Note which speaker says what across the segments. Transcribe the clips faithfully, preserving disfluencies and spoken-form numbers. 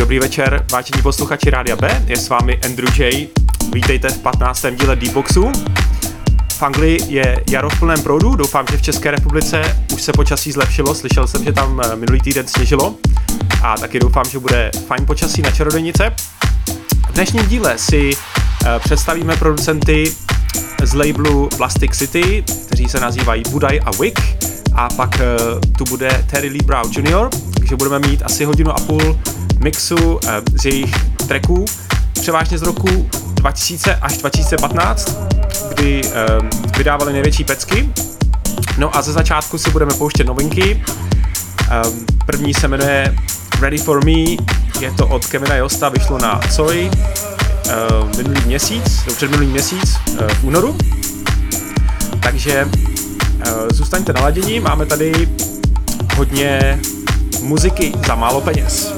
Speaker 1: Dobrý večer, vážení posluchači Rádia B, je s vámi Andrew J. Vítejte v patnáctém díle D-Boxu. V Anglii je jaro v plném proudu, doufám, že v České republice už se počasí zlepšilo, slyšel jsem, že tam minulý týden sněžilo a taky doufám, že bude fajn počasí na Čarodějnice. V dnešním díle si představíme producenty z labelu Plastic City, kteří se nazývají Budaj a Wick, a pak tu bude Terry Lee Brown junior, takže budeme mít asi hodinu a půl mixu z jejich tracků, převážně z roku dva tisíce až dva tisíce patnáct, kdy um, vydávali největší pecky. No a ze začátku si budeme pouštět novinky. Um, první se jmenuje Ready for Me, je to od Kevina Josta, vyšlo na Coy uh, minulý měsíc, no před minulý měsíc uh, v únoru. Takže uh, zůstaňte naladění, máme tady hodně muziky za málo peněz.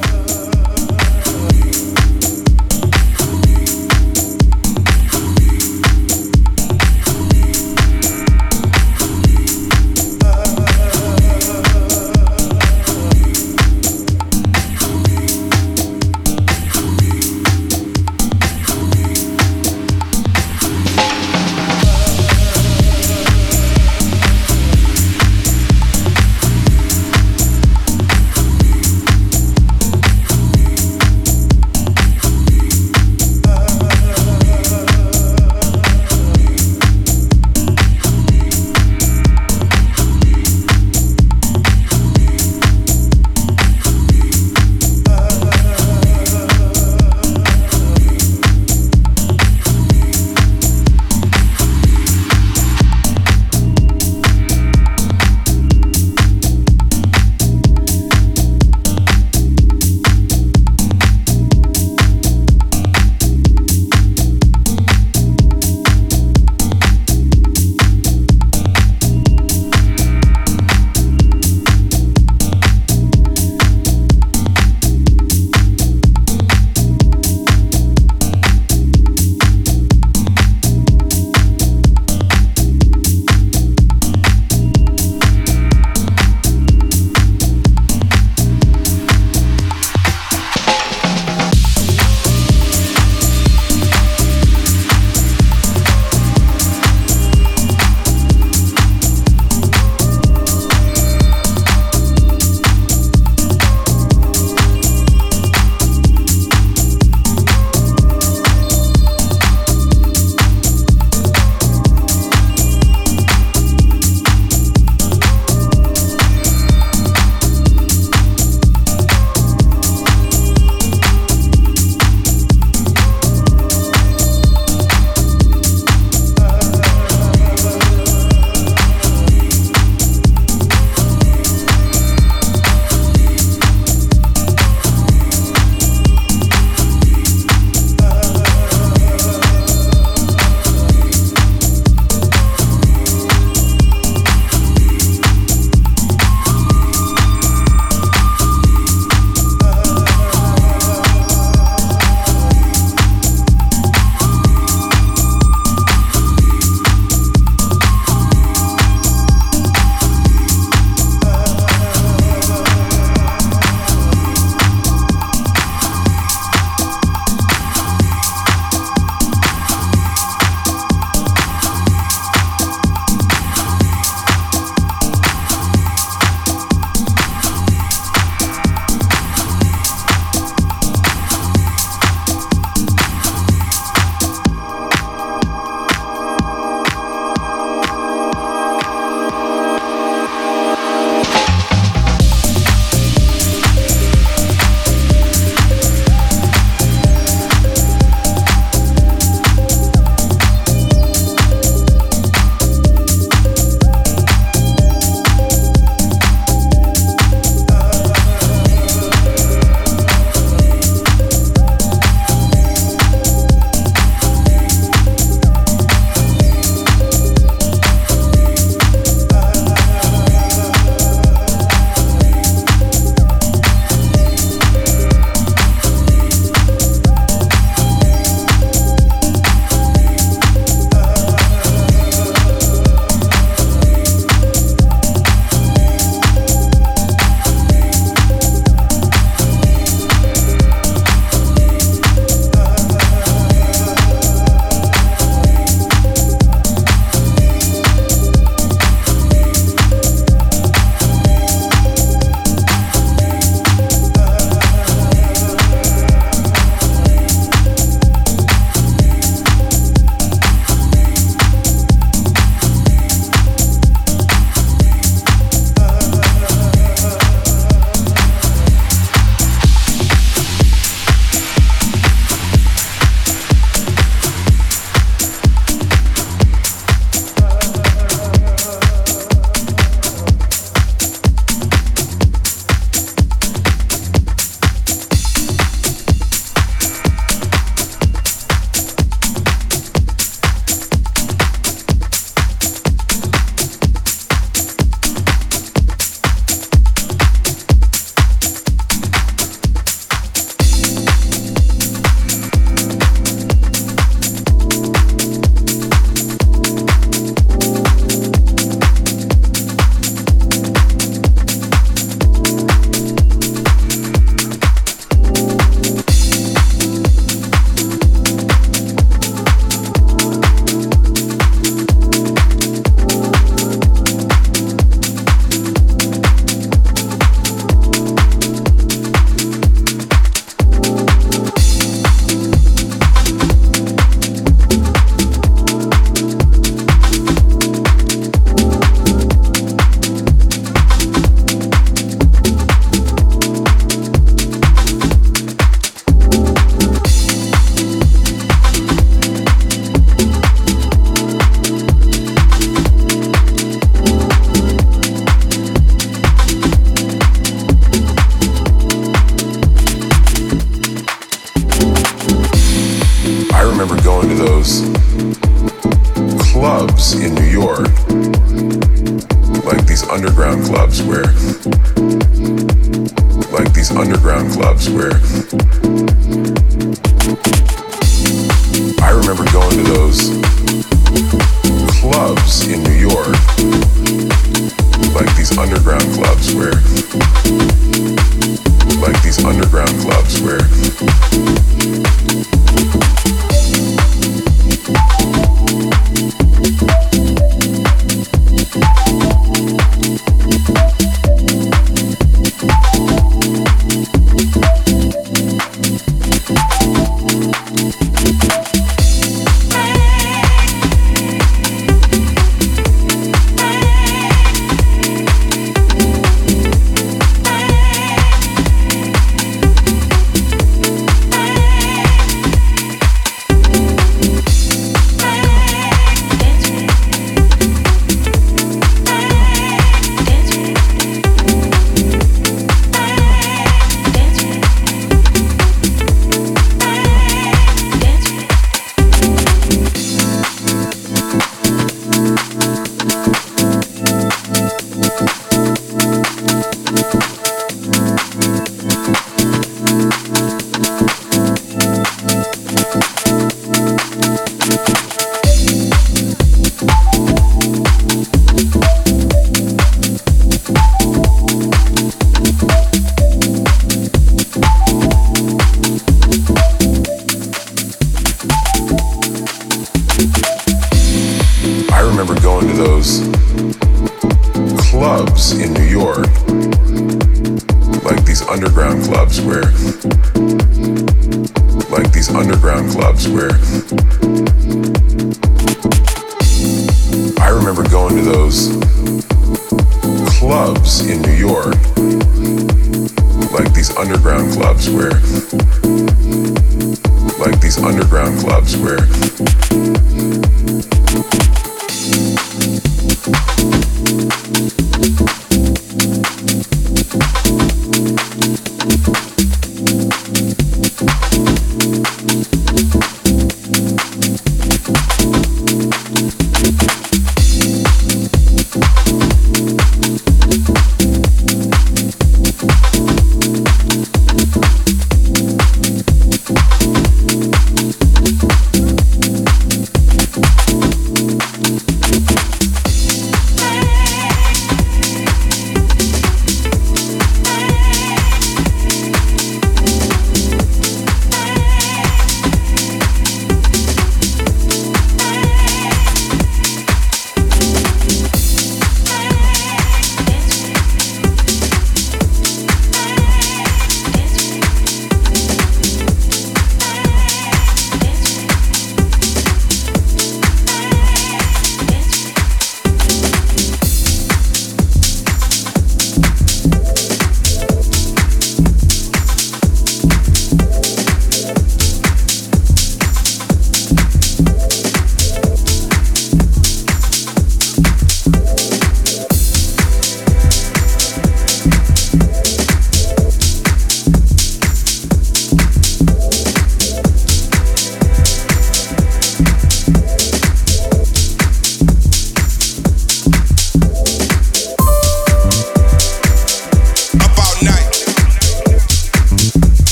Speaker 2: going to those clubs in New York, like these underground clubs where, like these underground clubs where, I remember going to those clubs in New York, like these underground clubs where, like these underground clubs where,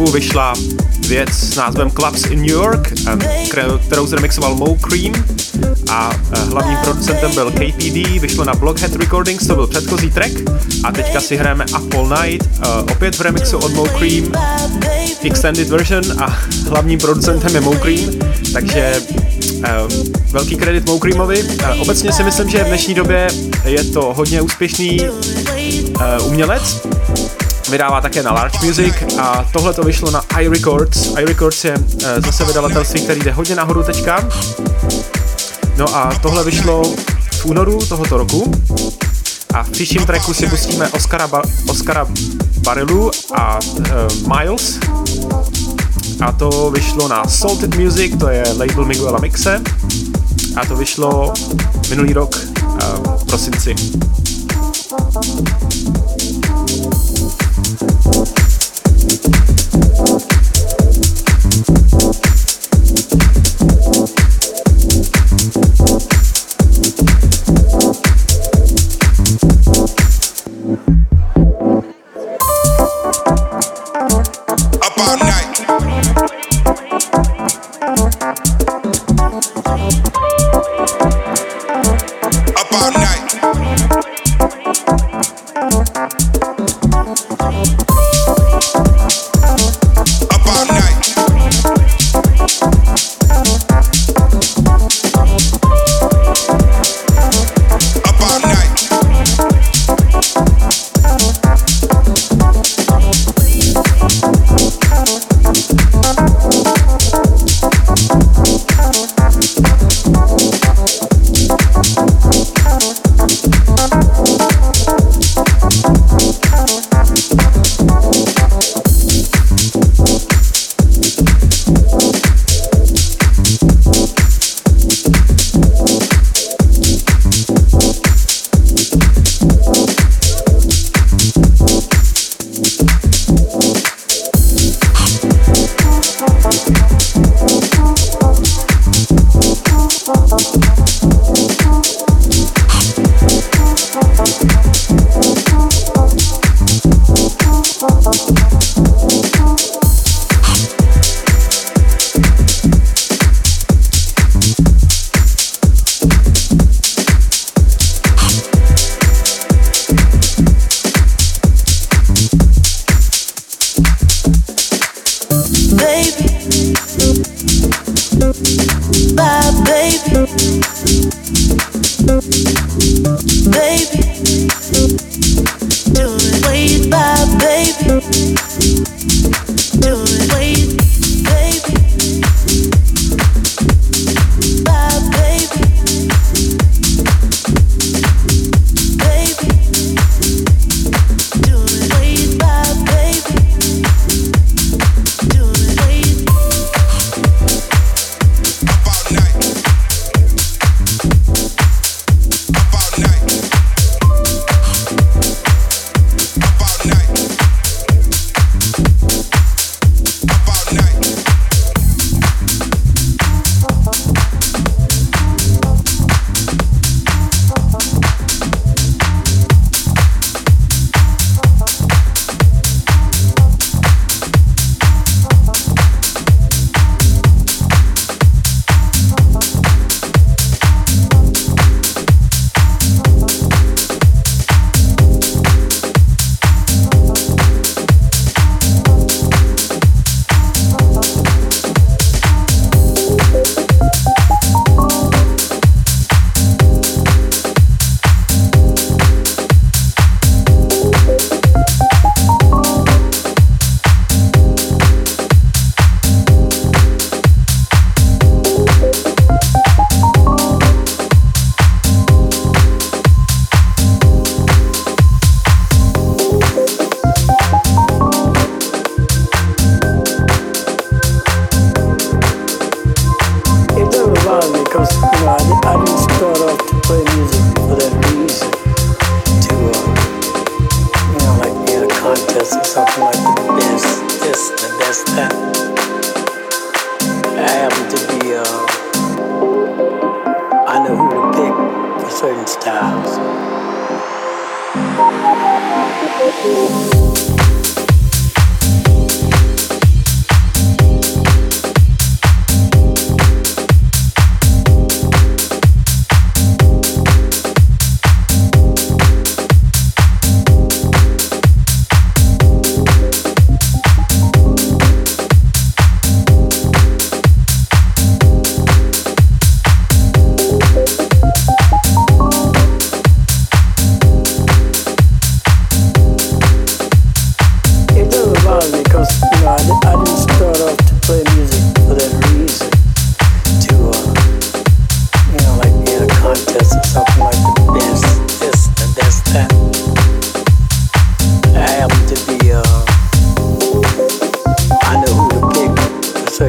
Speaker 1: roku vyšla věc s názvem Clubs in New York, kterou zremixoval Mo Cream a hlavním producentem byl K P D, vyšlo na Blockhead Recordings, to byl předchozí track a teďka si hrajeme Up All Night, opět v remixu od Mo Cream, extended version a hlavním producentem je Mo Cream, takže velký kredit Mo Creamovi. Obecně si myslím, že v dnešní době je to hodně úspěšný umělec, vydává také na Large Music a tohle to vyšlo na iRecords. iRecords je zase vydavatelství, který jde hodně nahoru teďka. No a tohle vyšlo v únoru tohoto roku a v příštím tracku si pustíme Oscara, ba- Oscara Bareillu a uh, Miles a to vyšlo na Salted Music, to je label Miguela Mixe a to vyšlo minulý rok uh, v prosinci.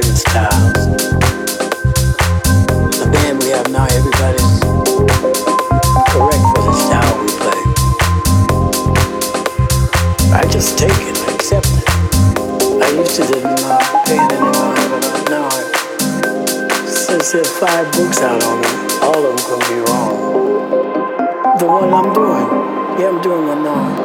Speaker 3: different styles. The band we have now, everybody's correct for the style we play. I just take it, I accept it. I used to didn't uh, pay it any mind, but now I, since there are five books out on it, all of them can be wrong. The one I'm doing, yeah, I'm doing one now.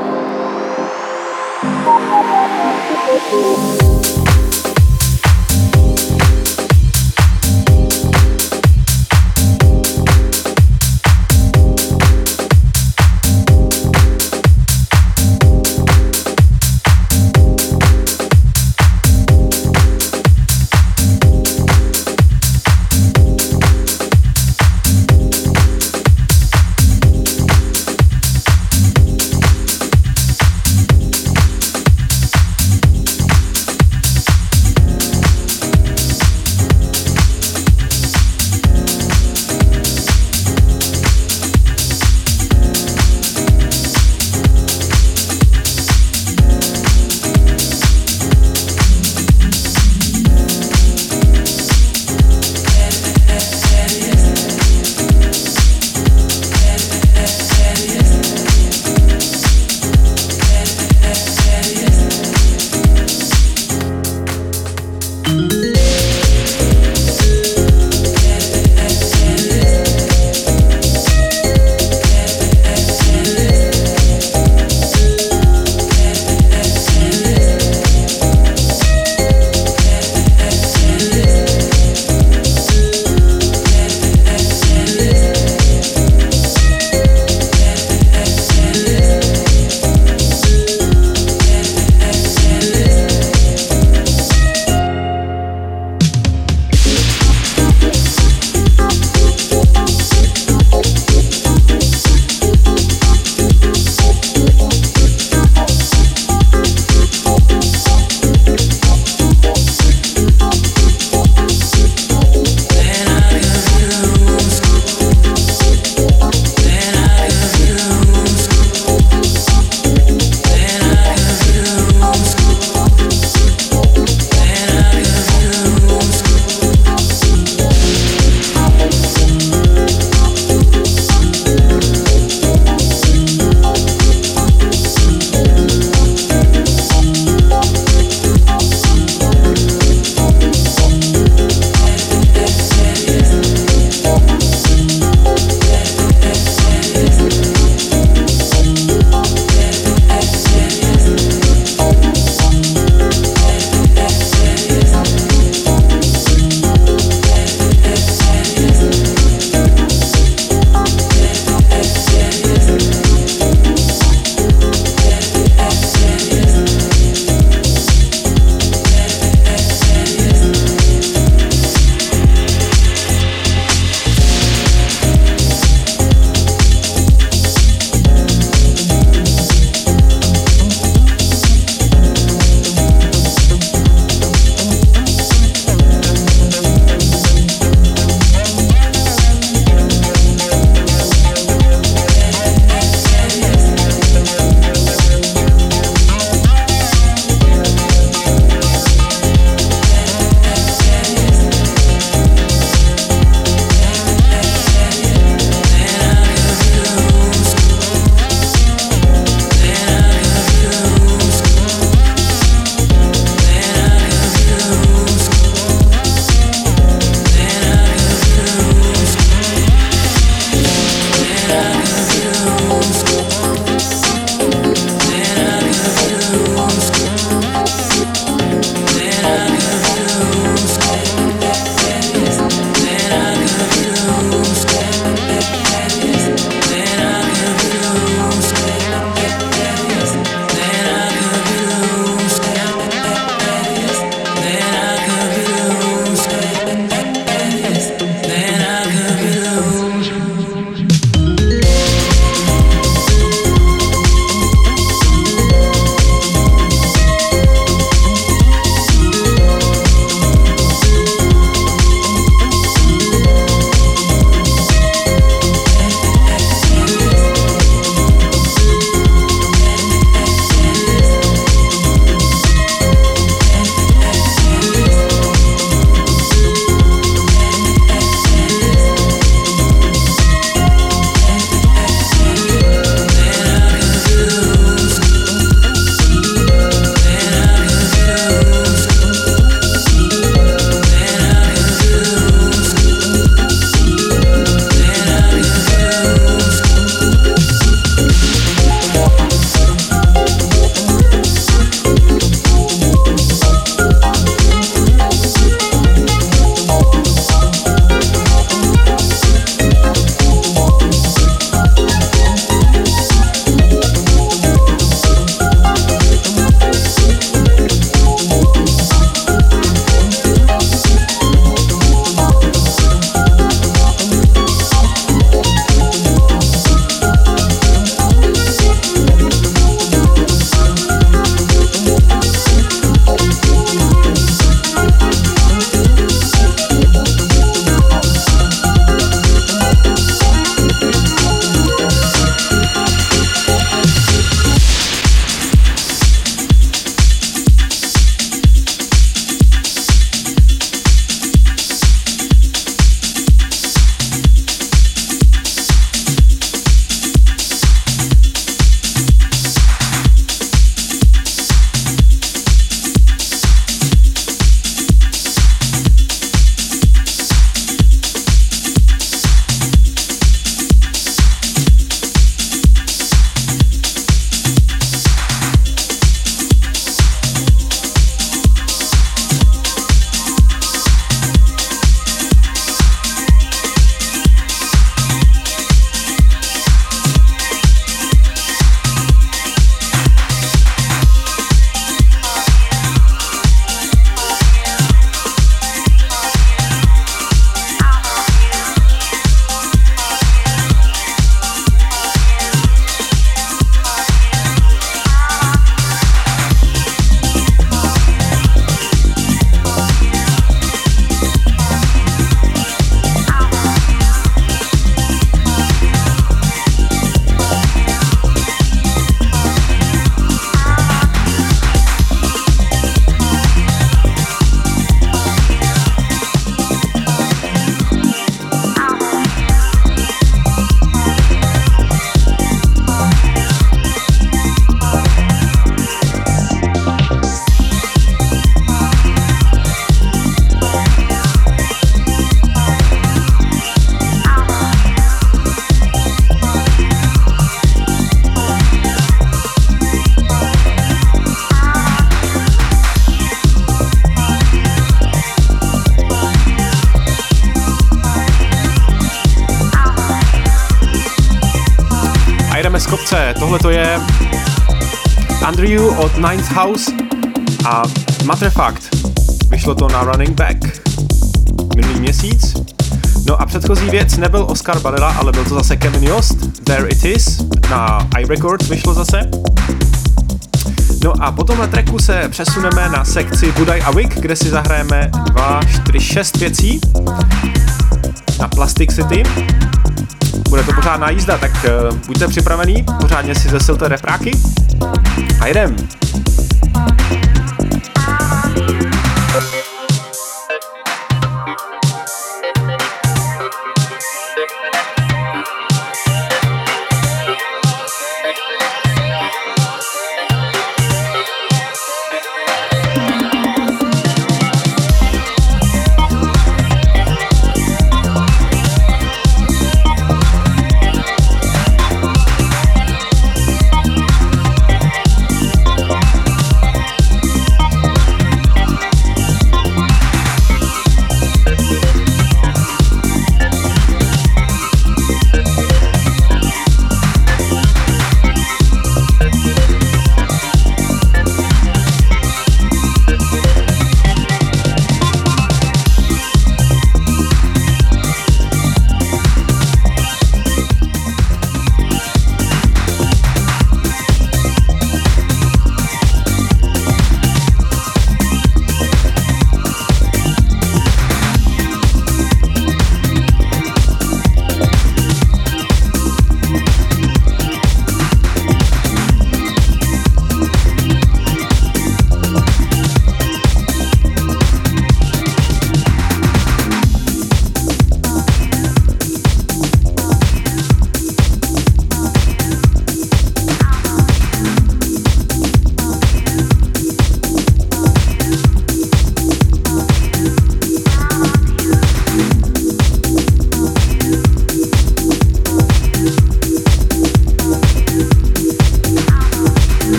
Speaker 1: takže tohle to je Under You od Ninth House a matter fact, vyšlo to na Running Back minulý měsíc. No a předchozí věc nebyl Oscar Barrela, ale byl to zase Kevin Yost, There It Is, na iRecords vyšlo zase. No a po tomhle tracku se přesuneme na sekci Budaj a Wick, kde si zahrajeme dva, čtyři, šest věcí na Plastic City. Bude to pořádná jízda, tak uh, buďte připravený, pořádně si zesilte refráky a jedem.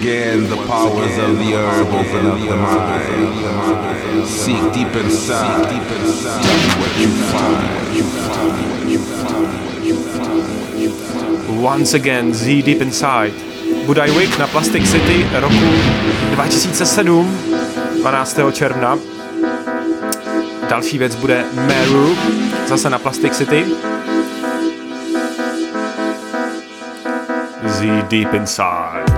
Speaker 4: again, the powers of the herb open up the mind. Seek deep inside. Tell me what you find. You find. You find. You find. You find.
Speaker 1: Once again, Z Deep Inside. Budajvik na Plastic City roku dva tisíce sedm, dvanáctého června. Další věc bude Meru, zase na Plastic City. Z Deep Inside.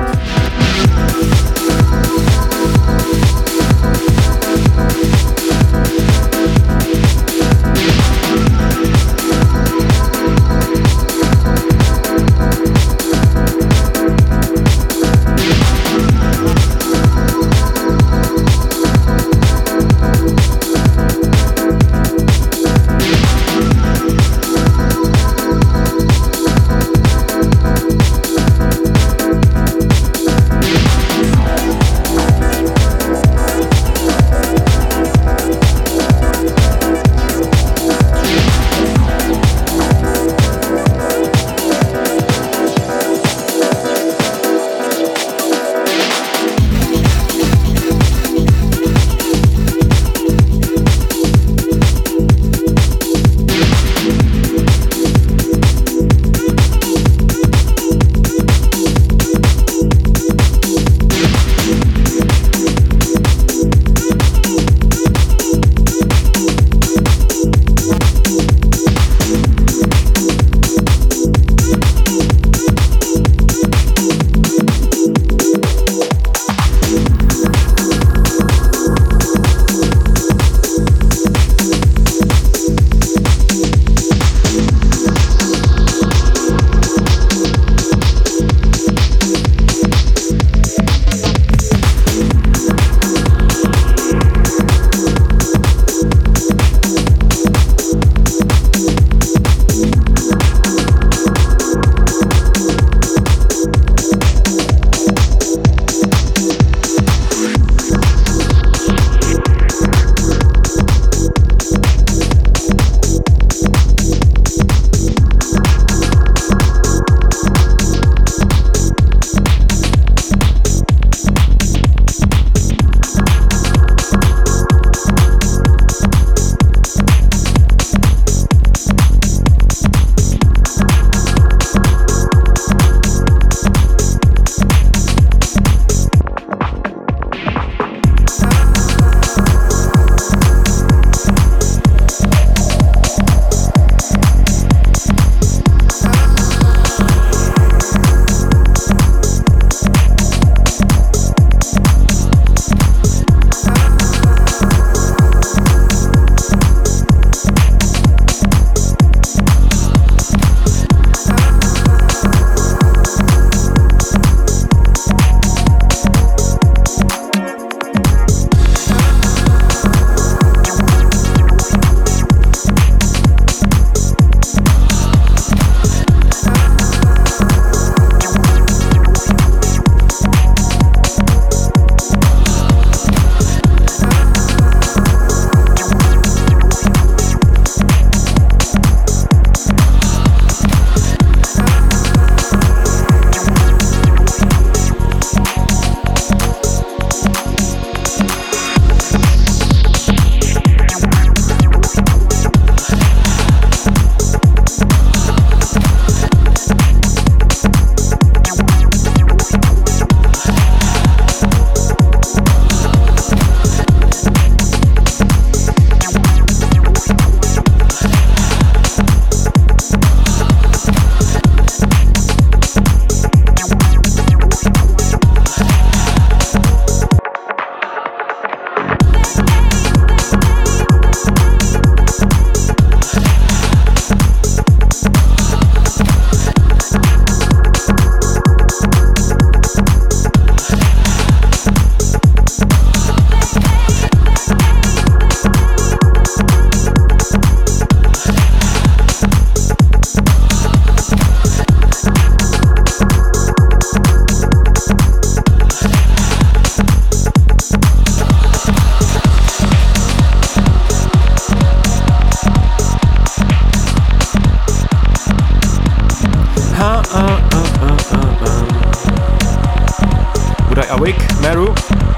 Speaker 1: Awik, Meru.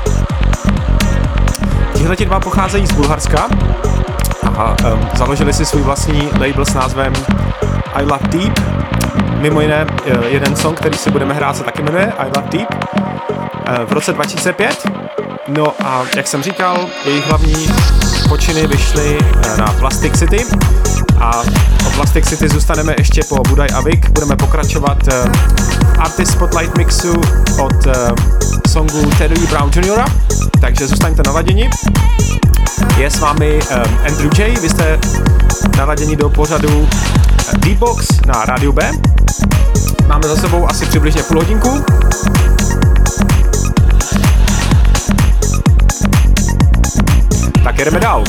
Speaker 1: Tihleti dva pocházejí z Bulharska a um, založili si svůj vlastní label s názvem I Love Deep. Mimo jiné, jeden song, který si budeme hrát, se taky jmenuje I Love Deep v roce dva tisíce pět. No a jak jsem říkal, jejich hlavní počiny vyšly na Plastic City a o Plastic City zůstaneme ještě po Budaj Awik. Budeme pokračovat v Artist Spotlight mixu od songu Teddy Brown juniora, takže zůstaňte naladěni. Je s vámi Andrew J, vy jste naladěni do pořadu D-Box na Rádiu B. Máme za sebou asi přibližně půl hodinku. Tak jedeme dál.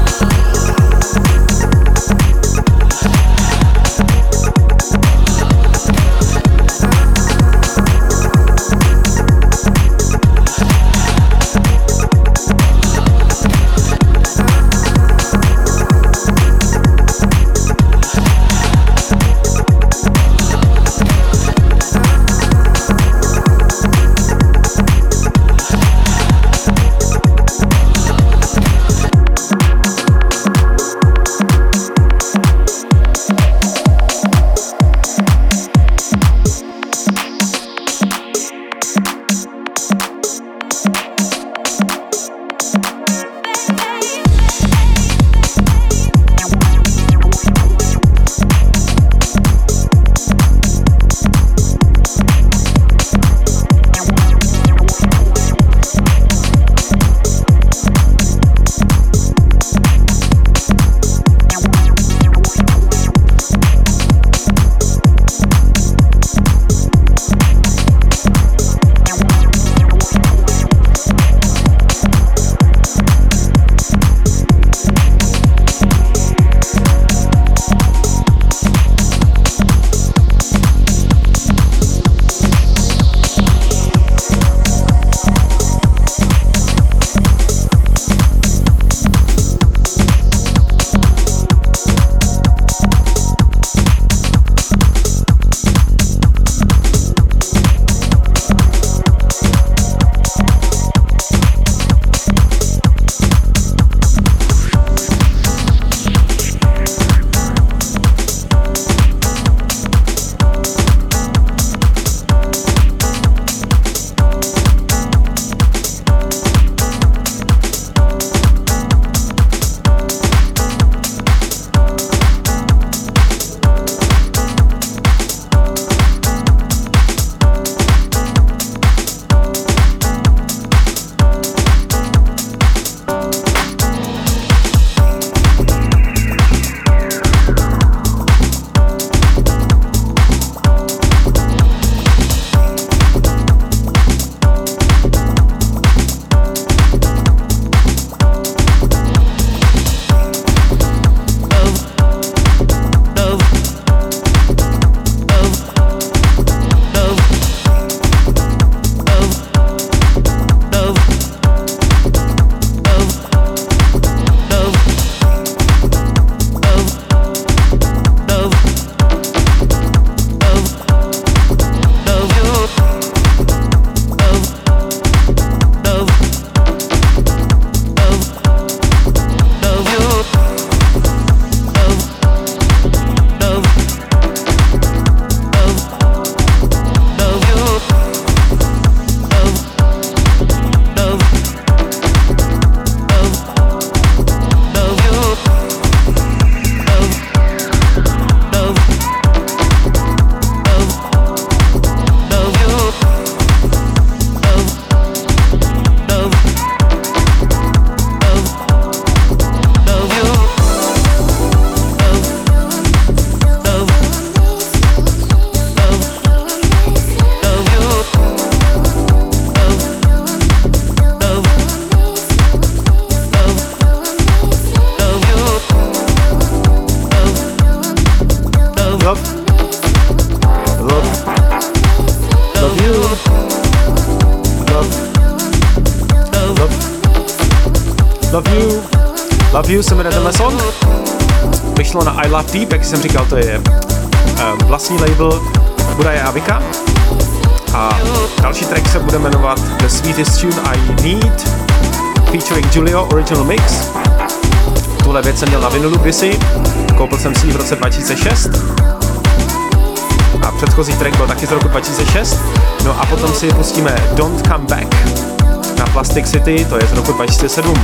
Speaker 1: Love You. Love You se jmenuje tenhle song. Vyšlo na I Love Deep, jak jsem říkal, to je uh, vlastní label Budaje Awika. A další track se bude jmenovat The Sweetest Tune I Need, featuring Julio Original Mix. Tuhle věc jsem měl na vinylu kdysi, koupil jsem si ji v roce dva tisíce šest. A předchozí track byl taky z roku dva tisíce šest. No a potom si pustíme Don't Come Back na Plastic City, to je z roku dva tisíce sedm.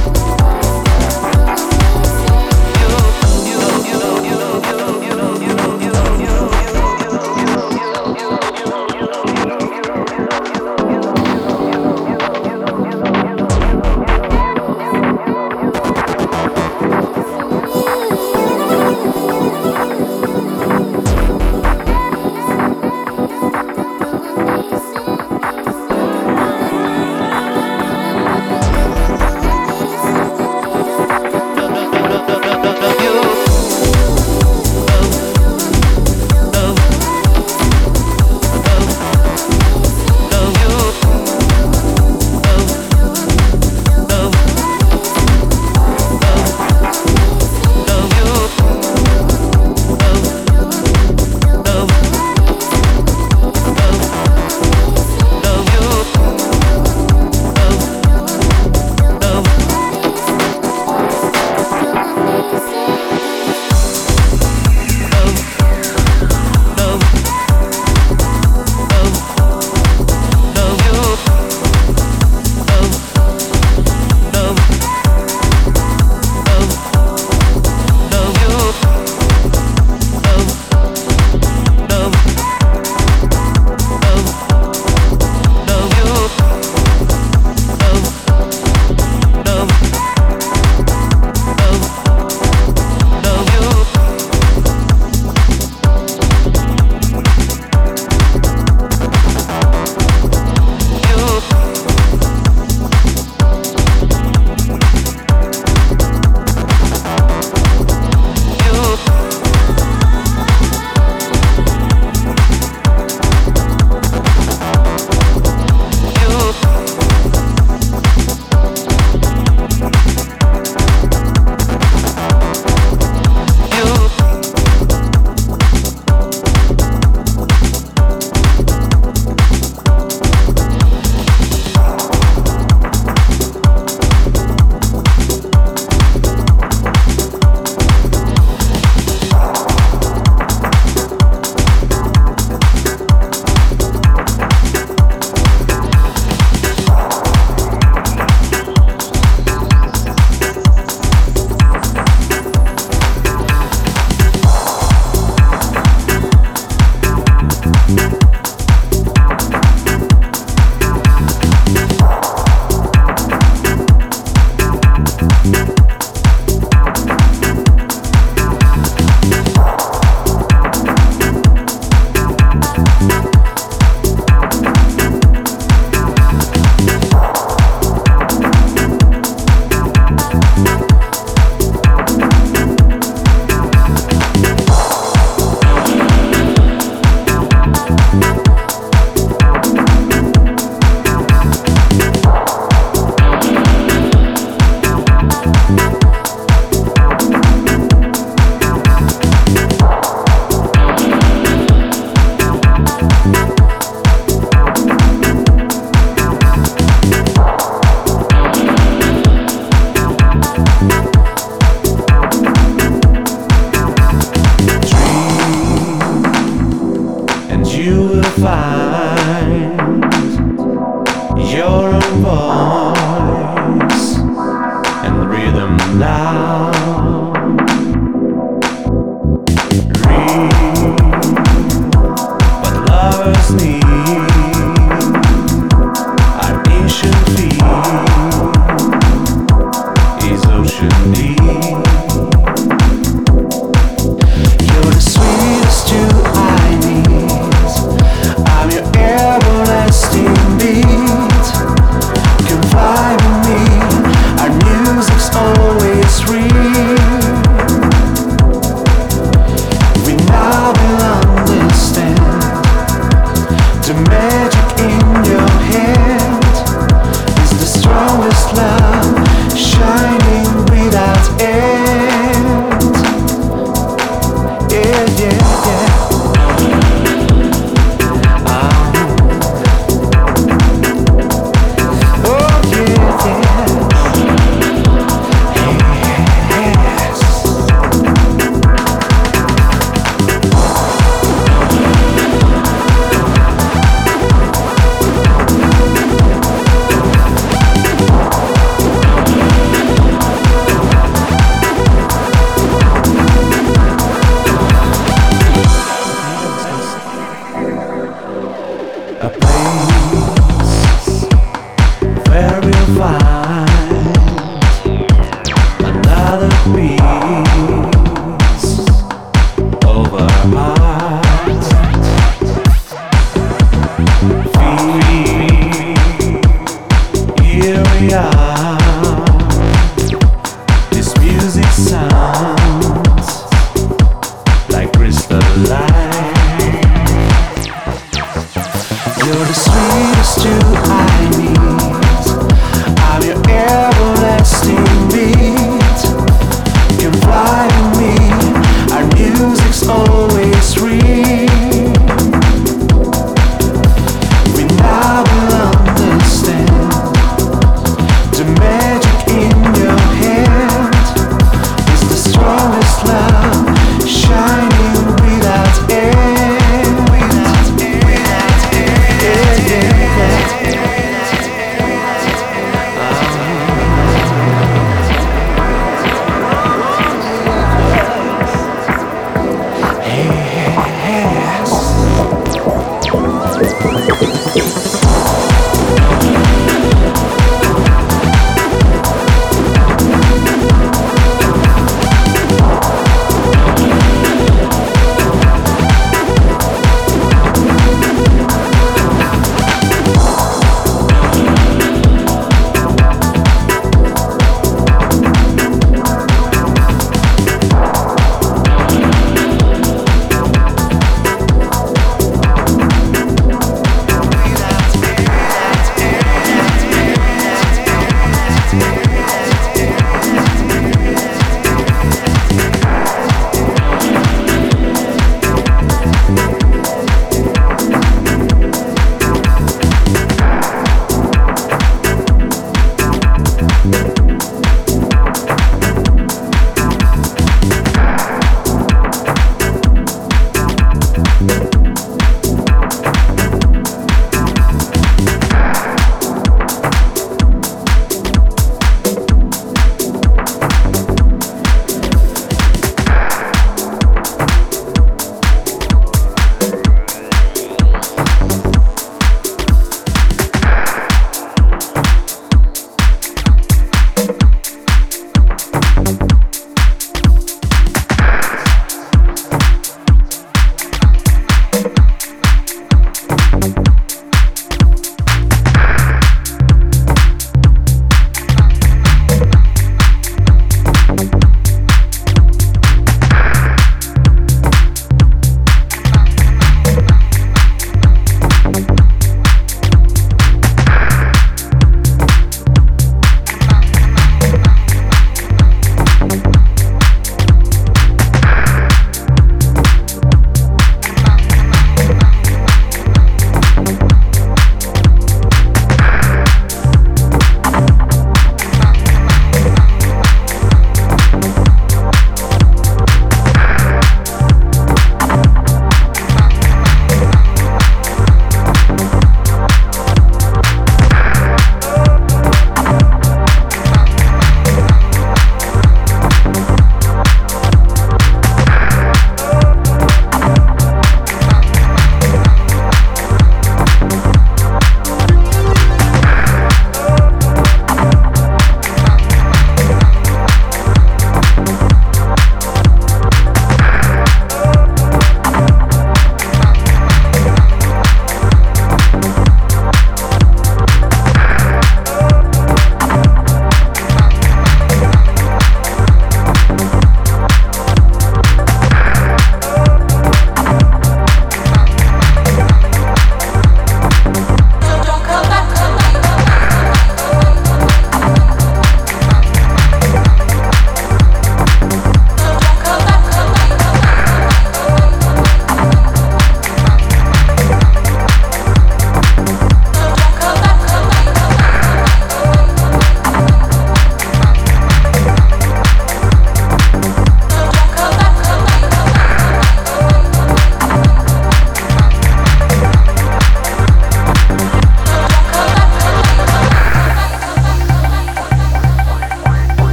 Speaker 5: Always free. We now Shining without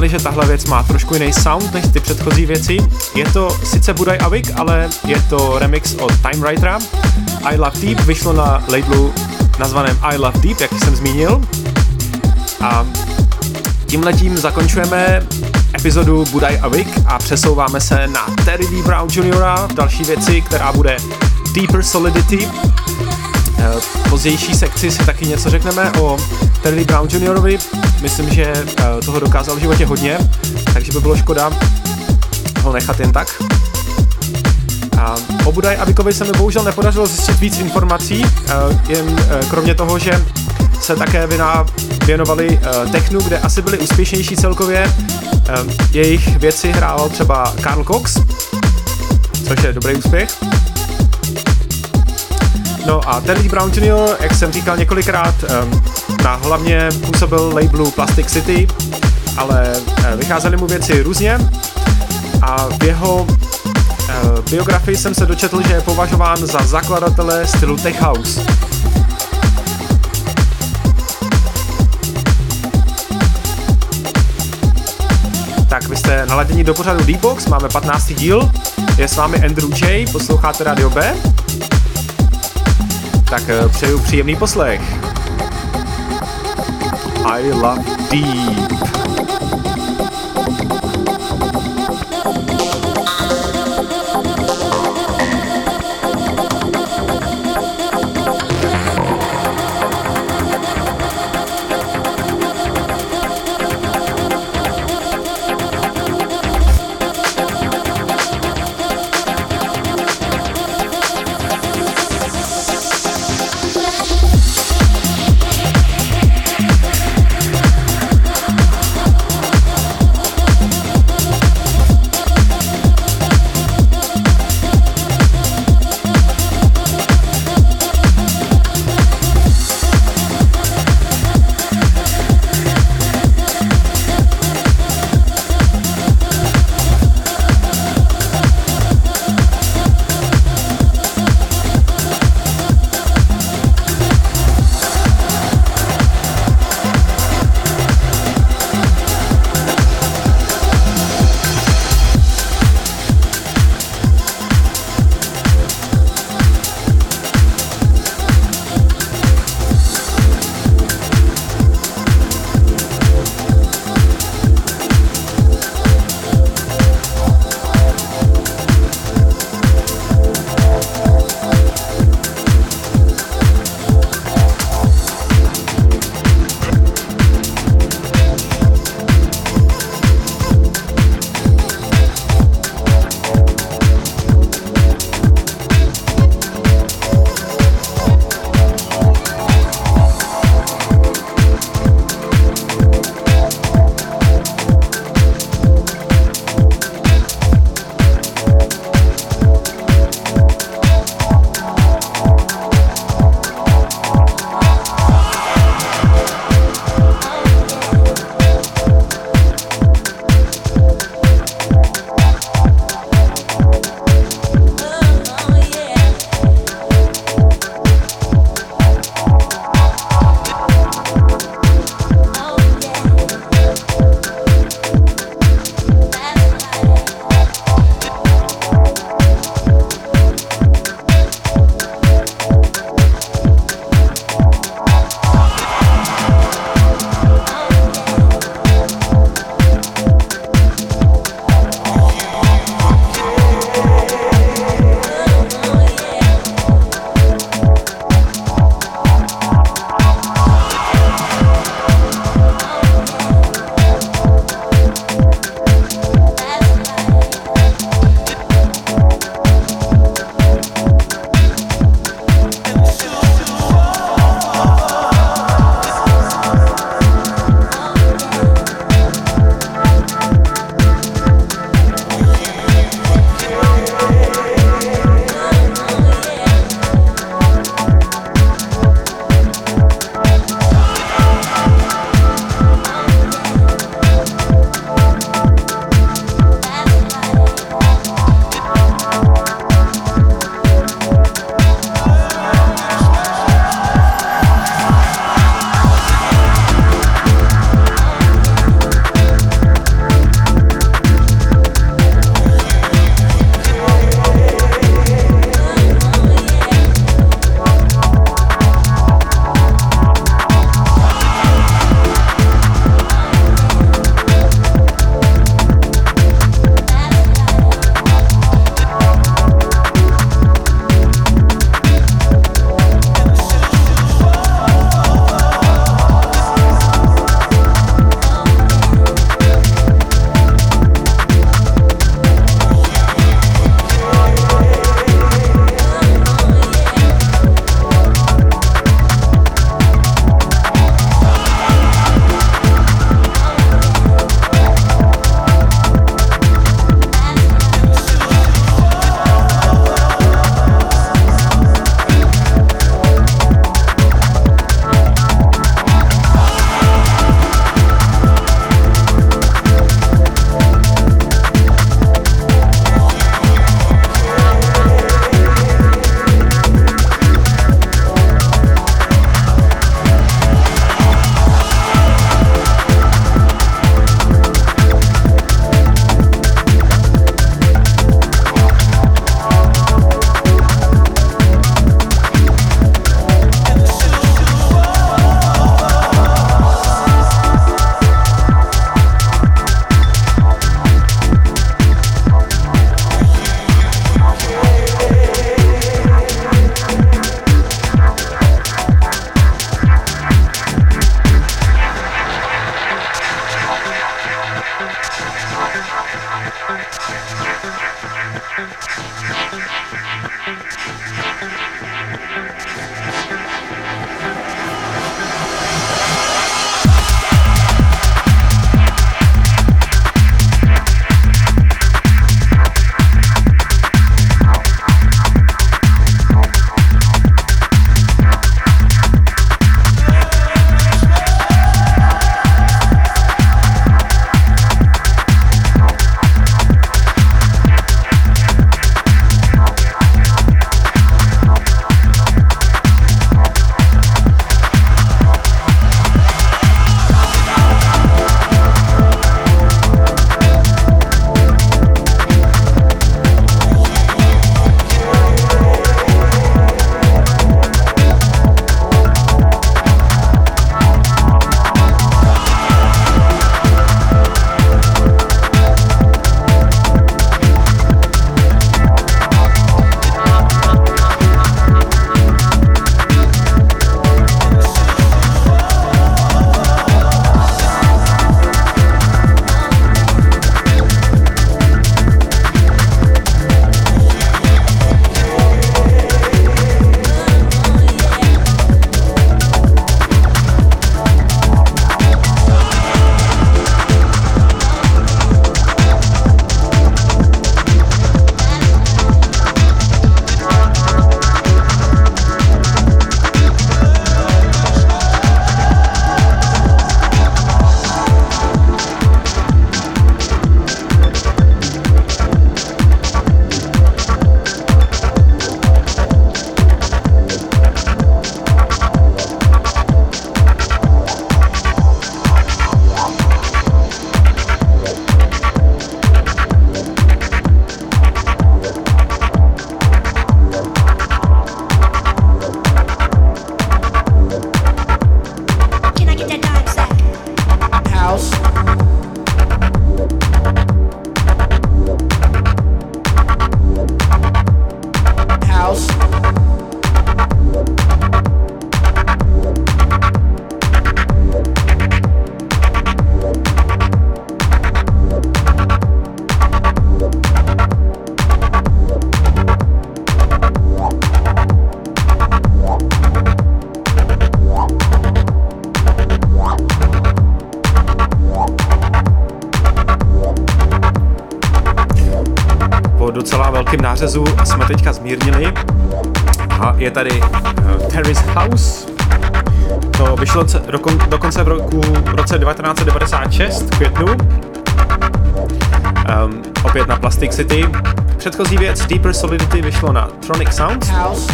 Speaker 1: ukázali, že tahle věc má trošku jiný sound než ty předchozí věci. Je to sice Budaj Avik, ale je to remix od Time Writera. I Love Deep vyšlo na labelu nazvaném I Love Deep, jak jsem zmínil. A tímhletím zakončujeme epizodu Budaj Avik a přesouváme se na Terry D. Brown juniora v další věci, která bude Deeper Solidity. V pozdější sekci si taky něco řekneme o Terry D. Brown juniorovi. Myslím, že toho dokázal v životě hodně, takže by bylo škoda ho nechat jen tak. A o Budaj Avikovi se mi bohužel nepodařilo zjistit víc informací, jen kromě toho, že se také věnovali technu, kde asi byli úspěšnější celkově. Jejich věci hrával třeba Carl Cox, což je dobrý úspěch. No a Terry D. Brown junior, jak jsem říkal několikrát, na hlavně působil labelu Plastic City, ale vycházely mu věci různě a v jeho biografii jsem se dočetl, že je považován za zakladatele stylu Tech House. Tak vy jste naladěni do pořadu D-Box, máme patnáctý díl, je s vámi Andrew J, posloucháte Radio B. Tak přeju příjemný poslech. I Love Deep. velkém nářezu jsme teďka zmírnili. A je tady uh, Terry's House. To vyšlo dokon, dokonce v roku v roce devatenáct set devadesát šest v květnu. Um, opět na Plastic City. Předchozí věc Deeper Solidity vyšlo na Tronic Sounds. House.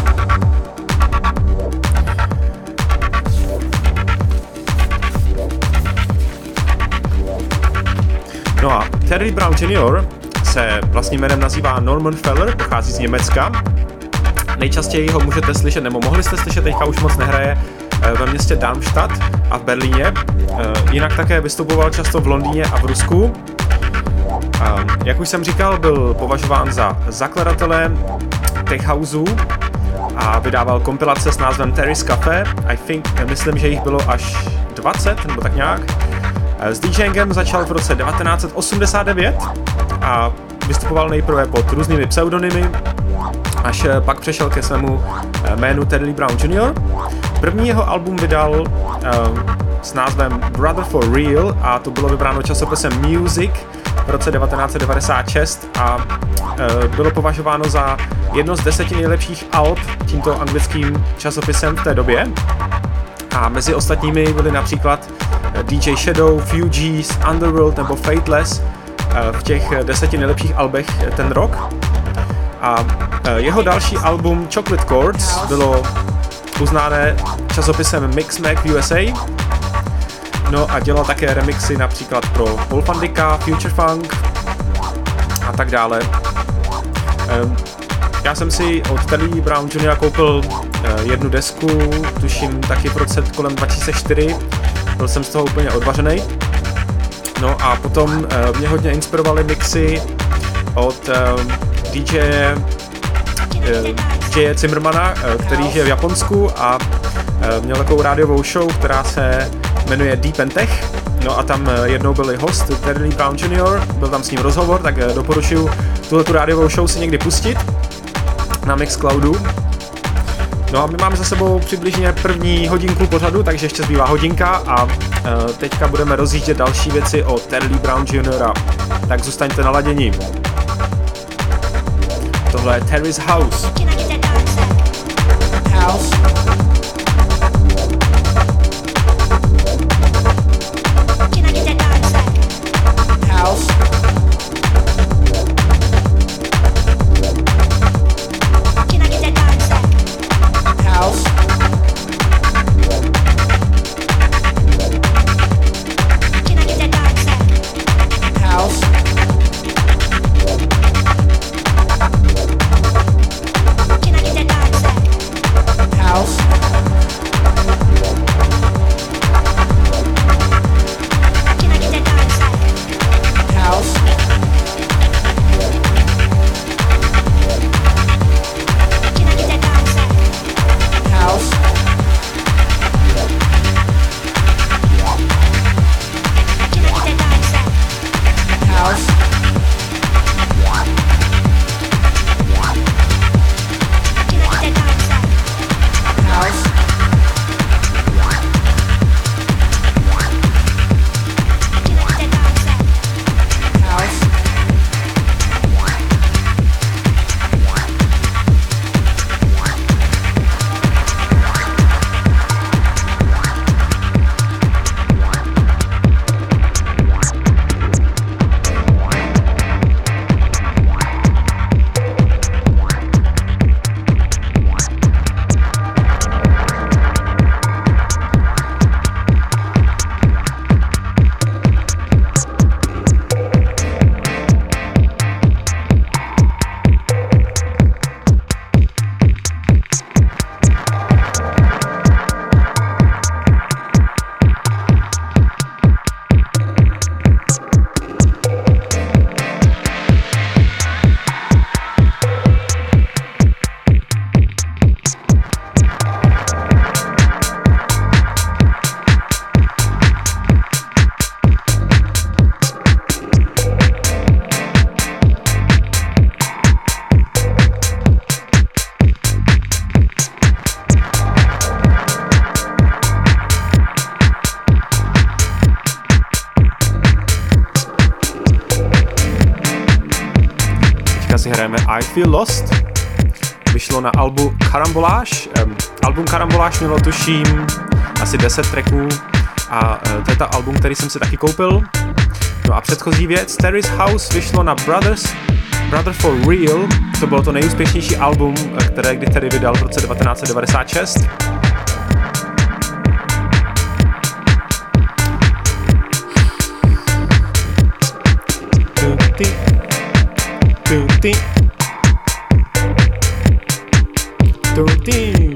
Speaker 1: No a Terry Brown junior se vlastním jménem nazývá Norman Feller, pochází z Německa. Nejčastěji ho můžete slyšet, nebo mohli jste slyšet, teďka už moc nehraje, ve městě Darmstadt a v Berlíně. Jinak také vystupoval často v Londýně a v Rusku. Jak už jsem říkal, byl považován za zakladatele tech houseů a vydával kompilace s názvem Terry's Cafe. I think, myslím, že jich bylo až dvacet, nebo tak nějak. S DJingem začal v roce devatenáct set osmdesát devět a vystupoval nejprve pod různými pseudonymy, až pak přešel ke svému jménu Terry Brown junior První jeho album vydal uh, s názvem Brother for Real a to bylo vybráno časopisem Music v roce devatenáct set devadesát šest a uh, bylo považováno za jedno z deseti nejlepších alb tímto anglickým časopisem v té době. A mezi ostatními byly například D J Shadow, Fugees, Underworld nebo Fateless v těch deseti nejlepších albech ten rok. A jeho další album Chocolate Chords bylo uznáné časopisem Mixmag U S A. No a dělal také remixy například pro Paul van Dyka, Future Funk a tak dále. Já jsem si od Terry Brown junior koupil jednu desku, tuším taky v roce kolem dva tisíce čtyři. Byl jsem z toho úplně odvařenej. No a potom mě hodně inspirovaly mixy od D J J. Zimmermana, který žije v Japonsku a měl takovou rádiovou show, která se jmenuje Deep and Tech. No a tam jednou byl i host Terry Brown junior, byl tam s ním rozhovor, tak doporučuji tuhletu rádiovou show si někdy pustit na Mixcloudu. No a my máme za sebou přibližně první hodinku pořadu, takže ještě zbývá hodinka a uh, teďka budeme rozjíždět další věci o Terry Brown junior Tak zůstaňte naladěni. Tohle je Terry's House. House. si hrajeme I Feel Lost. Vyšlo na albu Karamboláž. Um, album Karamboláž mělo tuším asi deset tracků a uh, to je ta album, který jsem si taky koupil. No a předchozí věc, Terrace House, vyšlo na Brothers, Brother for Real. To bylo to nejúspěšnější album, které kdy tedy vydal v roce devatenáct set devadesát šest. Tuti, tuti, tuti.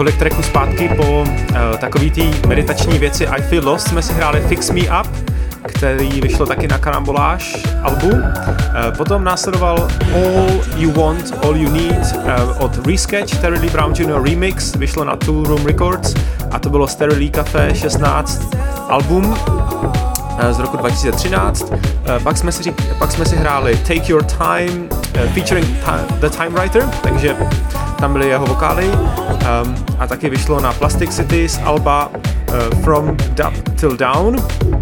Speaker 1: několik tracků zpátky po uh, takový té meditační věci I Feel Lost jsme si hráli Fix Me Up, který vyšlo taky na Karamboláž albu. Uh, potom následoval All You Want, All You Need uh, od Resketch, Terry Lee Brown junior Remix, vyšlo na Tool Room Records a to bylo Terry Lee Cafe šestnáct album uh, z roku dva tisíce třináct. Uh, pak, jsme si, pak jsme si hráli Take Your Time uh, featuring ta- The Time Writer, takže tam byly jeho vokály um, a taky vyšlo na Plastic City z alba uh, From Dub Till Down.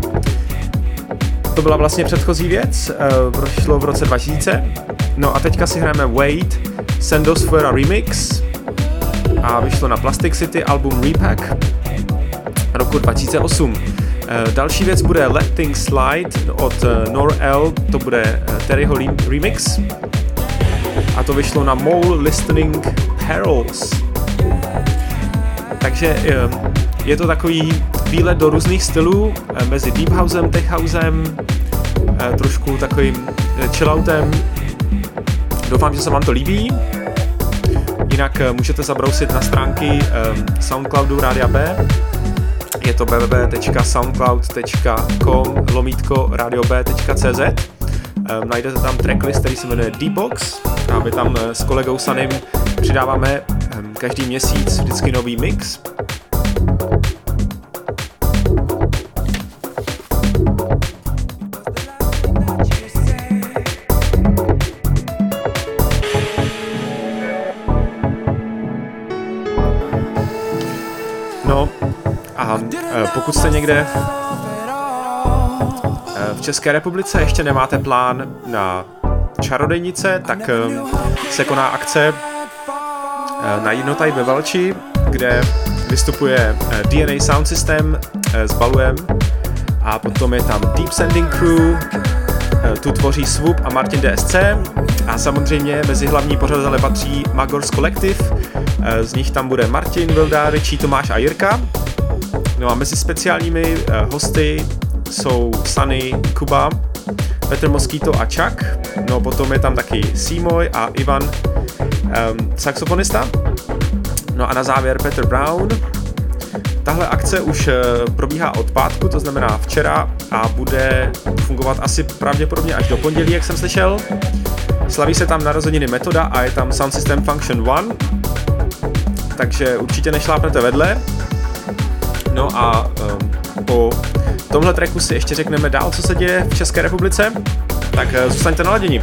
Speaker 1: To byla vlastně předchozí věc, uh, prošlo v roce dva tisíce. No a teďka si hrajeme Wait, Sendosfera Remix a vyšlo na Plastic City album Repack roku dva tisíce osm. Uh, další věc bude Let Things Slide od uh, Nor-El, to bude uh, Terryho remix a to vyšlo na Mole Listening Perils. Takže uh, je to takový výlet do různých stylů uh, mezi Deep Housem, Tech Housem, uh, trošku takovým uh, chilloutem. Doufám, že se vám to líbí. Jinak uh, můžete zabrousit na stránky um, Soundcloudu Rádia B. Je to w w w tečka soundcloud tečka com lomítko radio b tečka c z. Um, najdete tam tracklist, který se jmenuje D-Box a my tam uh, s kolegou Sanym přidáváme um, každý měsíc vždycky nový mix. No a pokud jste někde v České republice ještě nemáte plán na čarodejnice, tak se koná akce na Jednotaj ve Valči, kde vystupuje D N A Sound System s Baluem a potom je tam Deep Sending Crew, tu tvoří Swoop a Martin D S C a samozřejmě mezi hlavní pořadatele patří Magors Collective, z nich tam bude Martin, Vilda, Richie, Tomáš a Jirka. No a mezi speciálními uh, hosty jsou Sunny, Kuba, Petr Mosquito a Chuck. No potom je tam taky Simoy a Ivan, um, saxofonista. No a na závěr Petr Brown. Tahle akce už uh, probíhá od pátku, to znamená včera a bude fungovat asi pravděpodobně až do pondělí, jak jsem slyšel. Slaví se tam narozeniny Metoda a je tam Sound System Function One, takže určitě nešlápnete vedle. No a um, po tomhle tracku si ještě řekneme dál, co se děje v České republice, tak uh, zůstaňte naladěni.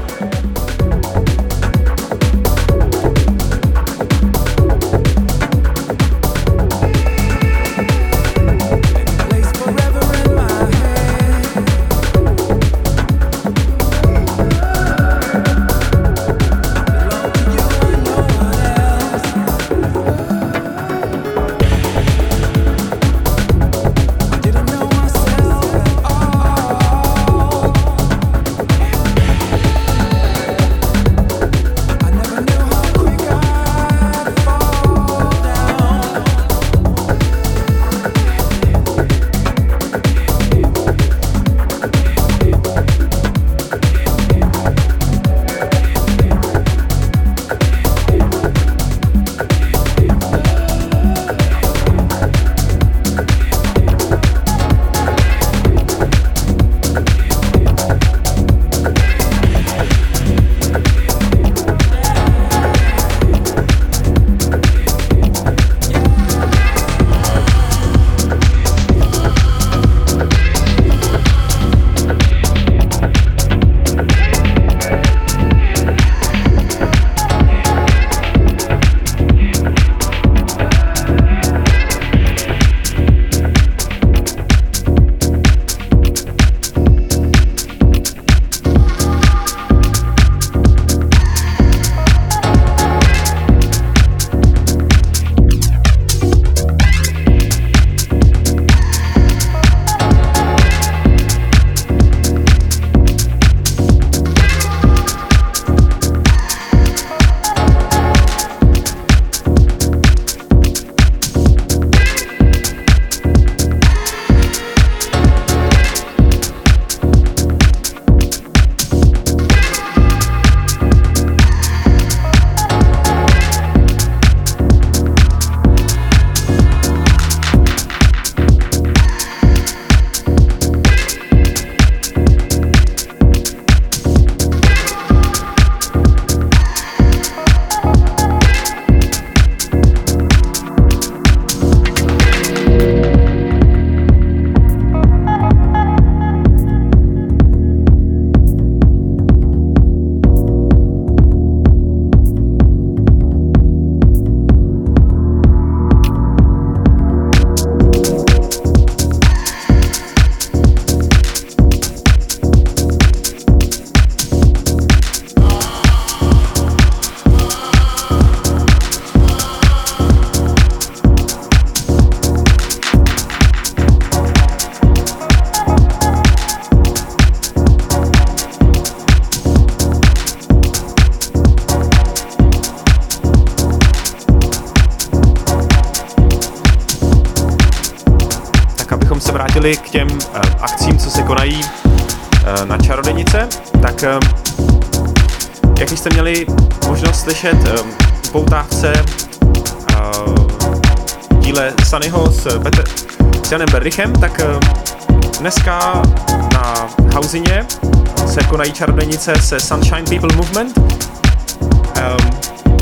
Speaker 1: přistoupili k těm uh, akcím, co se konají uh, na Čarodějnice, tak um, jak jste měli možnost slyšet um, poutávce uh, díle Sunnyho s, Petr, s Janem Berdychem, tak um, dneska na Housině se konají Čarodějnice se Sunshine People Movement. Um,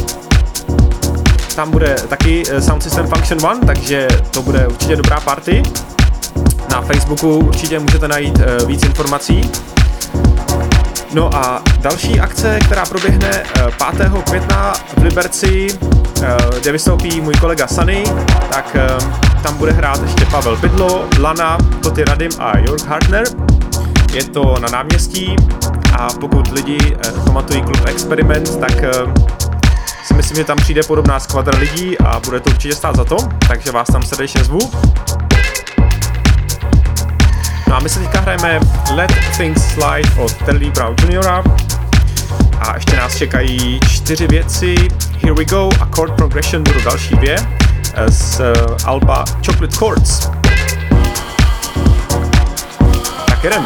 Speaker 1: tam bude taky Sound System Function One, takže to bude určitě dobrá party. Na Facebooku určitě můžete najít uh, víc informací. No a další akce, která proběhne uh, pátého května v Liberci, uh, kde vystoupí můj kolega Sunny, tak uh, tam bude hrát ještě Pavel Bydlo, Lana, Toty Radim a Jörg Hartner. Je to na náměstí a pokud lidi uh, pamatují klub Experiment, tak uh, si myslím, že tam přijde podobná skvadra lidí a bude to určitě stát za to, takže vás tam srdečně zvu. No a my se teďka hrajeme Let Things Slide od Terry Brown juniora a ještě nás čekají čtyři věci. Here We Go a Chord Progression budou další dvě z alba Chocolate Chords. Tak jdem.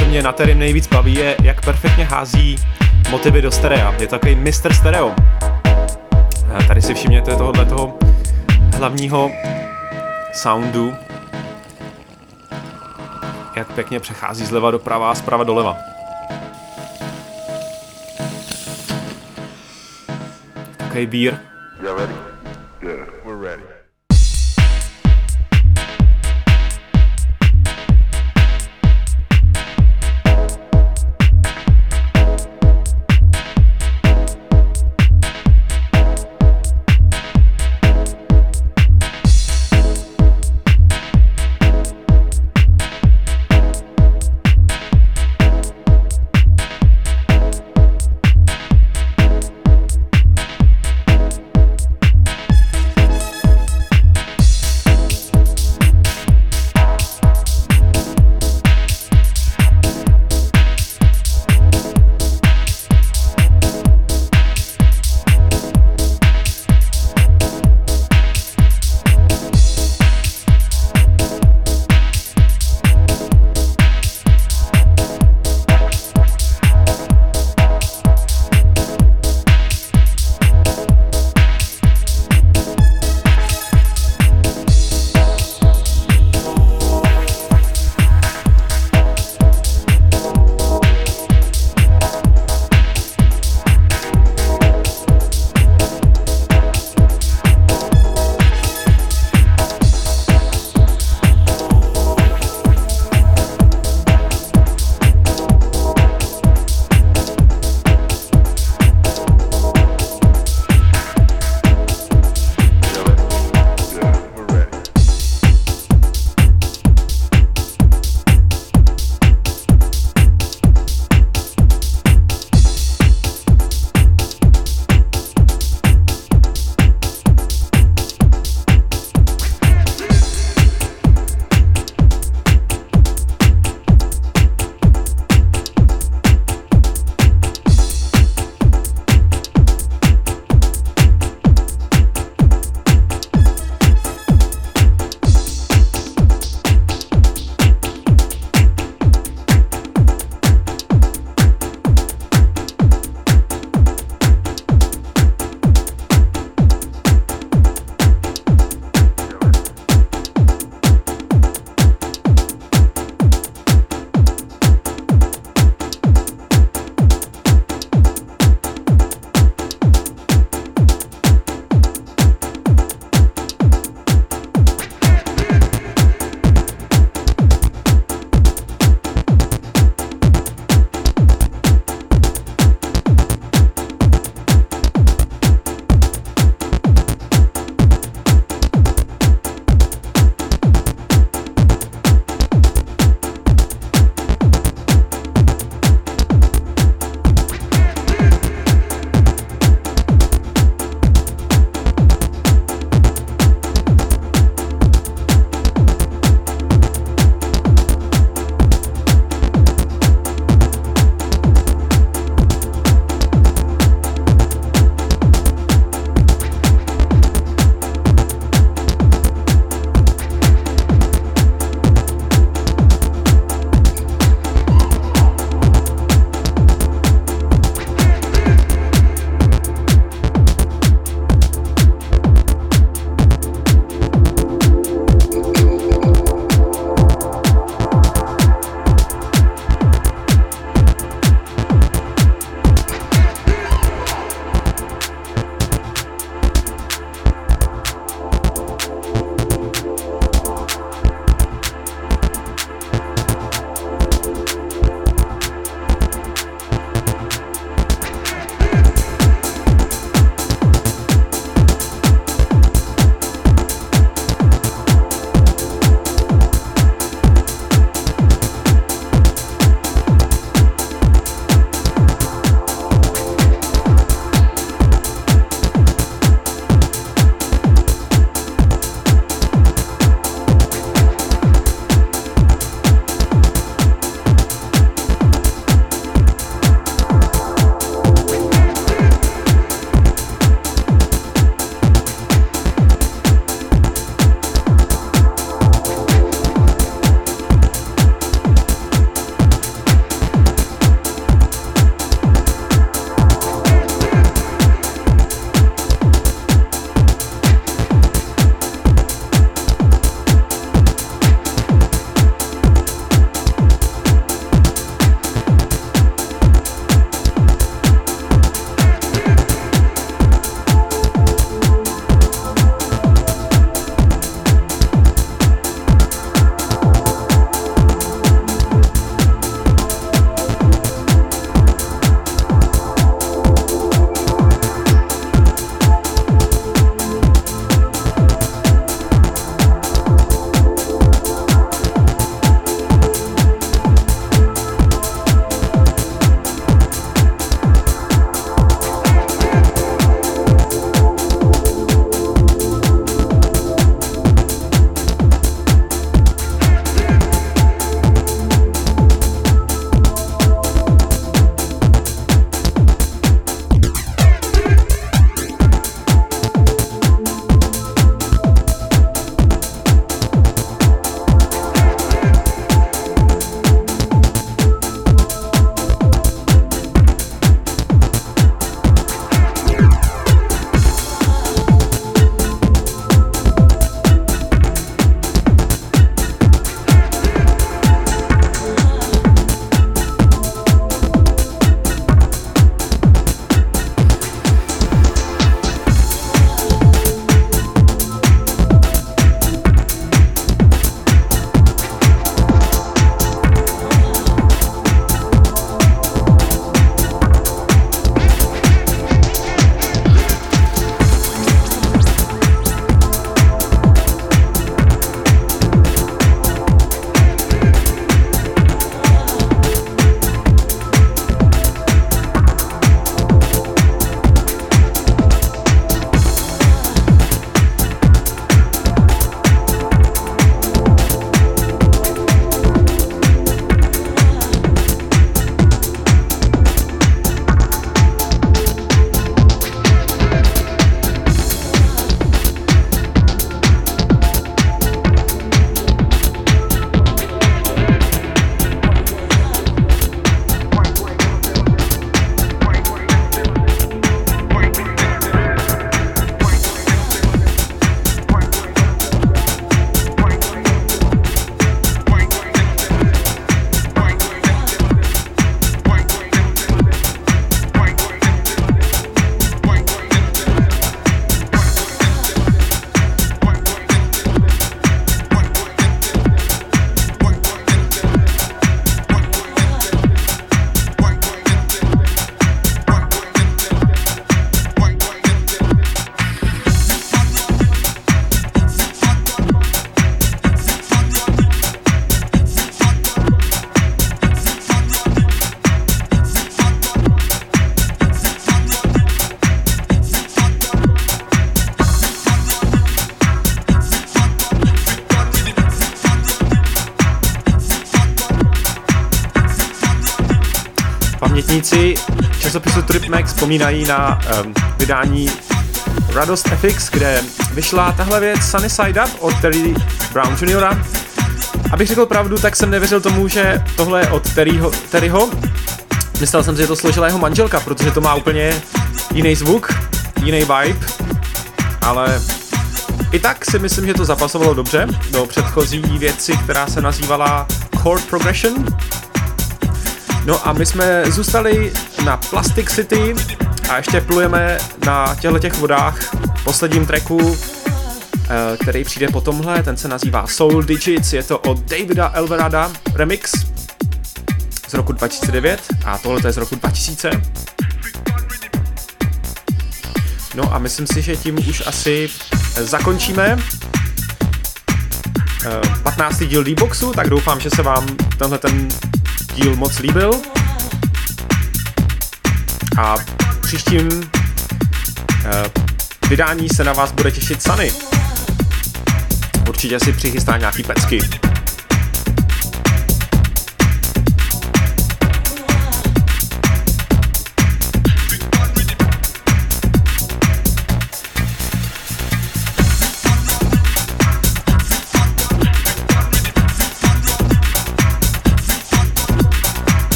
Speaker 1: co mě na Terrym nejvíc baví, je, jak perfektně hází motivy do sterea. Je to takový mister Stereo. A tady si všimněte tohohle toho hlavního soundu, jak pěkně přechází zleva doprava a zprava doleva. Takový bír.
Speaker 2: You ready? Yeah, we're ready.
Speaker 1: pamětníci časopisu Tripmac vzpomínají na um, vydání Radost F X, kde vyšla tahle věc Sunny Side Up od Terry Brown juniora Abych řekl pravdu, tak jsem nevěřil tomu, že tohle je od Terryho, Terryho. Myslel jsem si, že to složila jeho manželka, protože to má úplně jiný zvuk, jiný vibe, ale i tak si myslím, že to zapasovalo dobře do předchozí věci, která se nazývala Chord Progression. No a my jsme zůstali na Plastic City a ještě plujeme na těchto vodách posledním tracku, který přijde po tomhle, ten se nazývá Soul Digits, je to od Davida Elverada remix z roku dva tisíce devět a tohle je z roku dva tisíce. No a myslím si, že tím už asi zakončíme patnáctý díl D-Boxu, tak doufám, že se vám tenhle ten díl moc líbil. A v příštím uh, vydání se na vás bude těšit Sunny. Určitě si přichystá nějaký pecky.